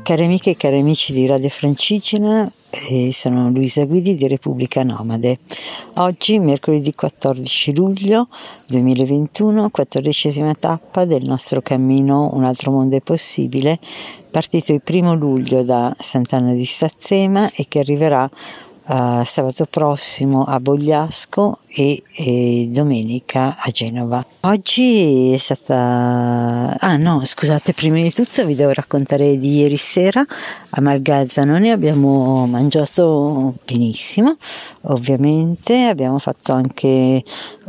Cari amiche e cari amici di Radio Francigena, sono Luisa Guidi di Repubblica Nomade. Oggi, mercoledì 14 luglio 2021, 14ª tappa del nostro cammino Un altro mondo è possibile, partito il 1° luglio da Sant'Anna di Stazzema e che arriverà sabato prossimo a Bogliasco e domenica a Genova. Oggi è stata... scusate, prima di tutto vi devo raccontare di ieri sera a Malgazzanone. Abbiamo mangiato benissimo, ovviamente, abbiamo fatto anche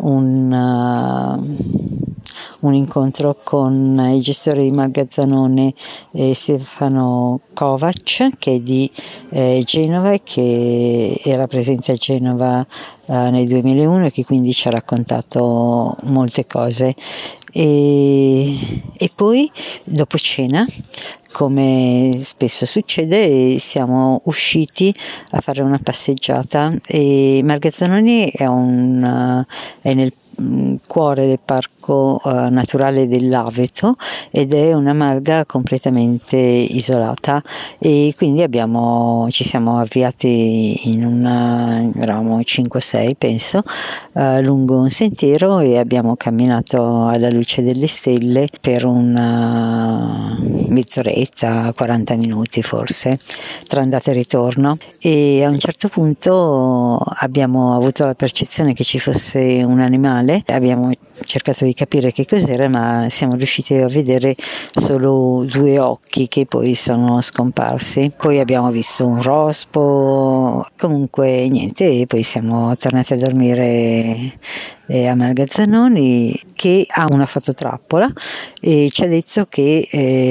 un incontro con il gestore di Malgazzanone, Stefano Kovac, che è di Genova e che era presente a Genova nel 2001 e che quindi ci ha raccontato molte cose. E poi dopo cena, come spesso succede, siamo usciti a fare una passeggiata. E Malgazzanone è nel cuore del parco naturale dell'Aveto ed è una malga completamente isolata, e quindi ci siamo avviati eravamo 5-6 penso, lungo un sentiero, e abbiamo camminato alla luce delle stelle per una mezz'oretta, 40 minuti forse, tra andata e ritorno, e a un certo punto abbiamo avuto la percezione che ci fosse un animale. Abbiamo cercato di capire che cos'era, ma siamo riusciti a vedere solo 2 occhi che poi sono scomparsi. Poi abbiamo visto un rospo, comunque niente, e poi siamo tornati a dormire a Malgazzanone, che ha una fototrappola, e ci ha detto che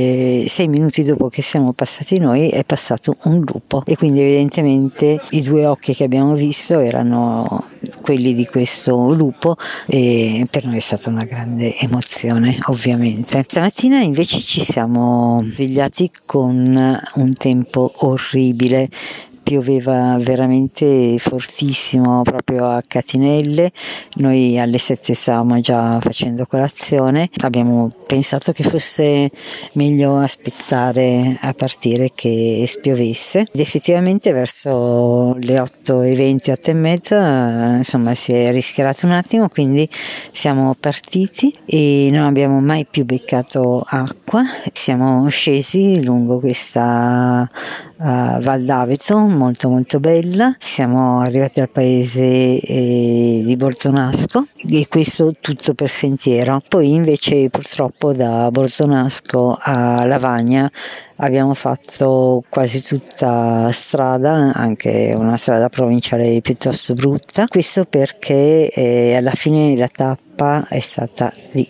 6 minuti dopo che siamo passati noi è passato un lupo, e quindi evidentemente i 2 occhi che abbiamo visto erano quelli di questo lupo, e per noi è stata una grande emozione, ovviamente. Stamattina invece ci siamo svegliati con un tempo orribile. Pioveva veramente fortissimo, proprio a catinelle. Noi alle 7 stavamo già facendo colazione. Abbiamo pensato che fosse meglio aspettare a partire che spiovesse, ed effettivamente verso le 8:20, 8:30, insomma, si è rischiarato un attimo, quindi siamo partiti e non abbiamo mai più beccato acqua. Siamo scesi lungo questa Val d'Aveto, molto molto bella. Siamo arrivati al paese di Borzonasco, e questo tutto per sentiero. Poi invece purtroppo da Borzonasco a Lavagna abbiamo fatto quasi tutta strada, anche una strada provinciale piuttosto brutta. Questo perché alla fine la tappa è stata di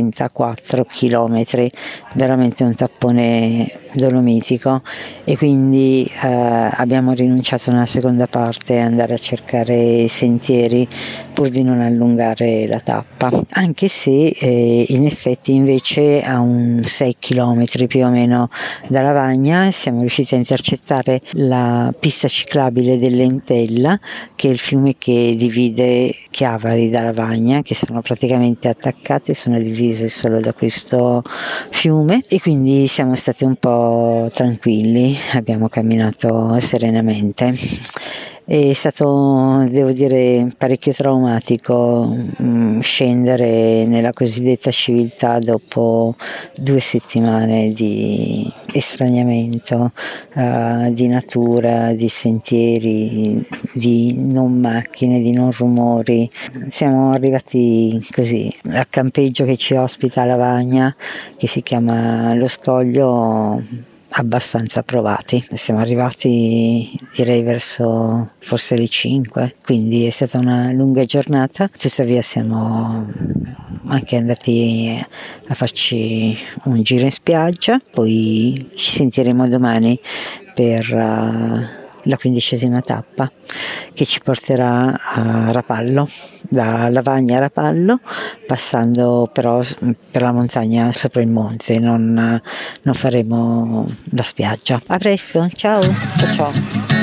34 chilometri, veramente un tappone dolomitico, e quindi abbiamo rinunciato nella seconda parte a andare a cercare sentieri pur di non allungare la tappa, anche se in effetti invece a un 6 chilometri più o meno da Lavagna siamo riusciti a intercettare la pista ciclabile dell'Entella, che è il fiume che divide Chiavari da Lavagna, che sono praticamente attaccate, sono divise solo da questo fiume, e quindi siamo stati un po' tranquilli, abbiamo camminato serenamente. È stato, devo dire, parecchio traumatico scendere nella cosiddetta civiltà dopo 2 settimane di estraniamento, di natura, di sentieri, di non macchine, di non rumori. Siamo arrivati così al campeggio che ci ospita a Lavagna, che si chiama Lo Scoglio, abbastanza provati. Siamo arrivati direi verso forse le 5, quindi è stata una lunga giornata. Tuttavia siamo anche andati a farci un giro in spiaggia, poi ci sentiremo domani per la 15ª tappa, che ci porterà a Rapallo, da Lavagna a Rapallo, passando però per la montagna sopra il monte. Non faremo la spiaggia. A presto, ciao ciao.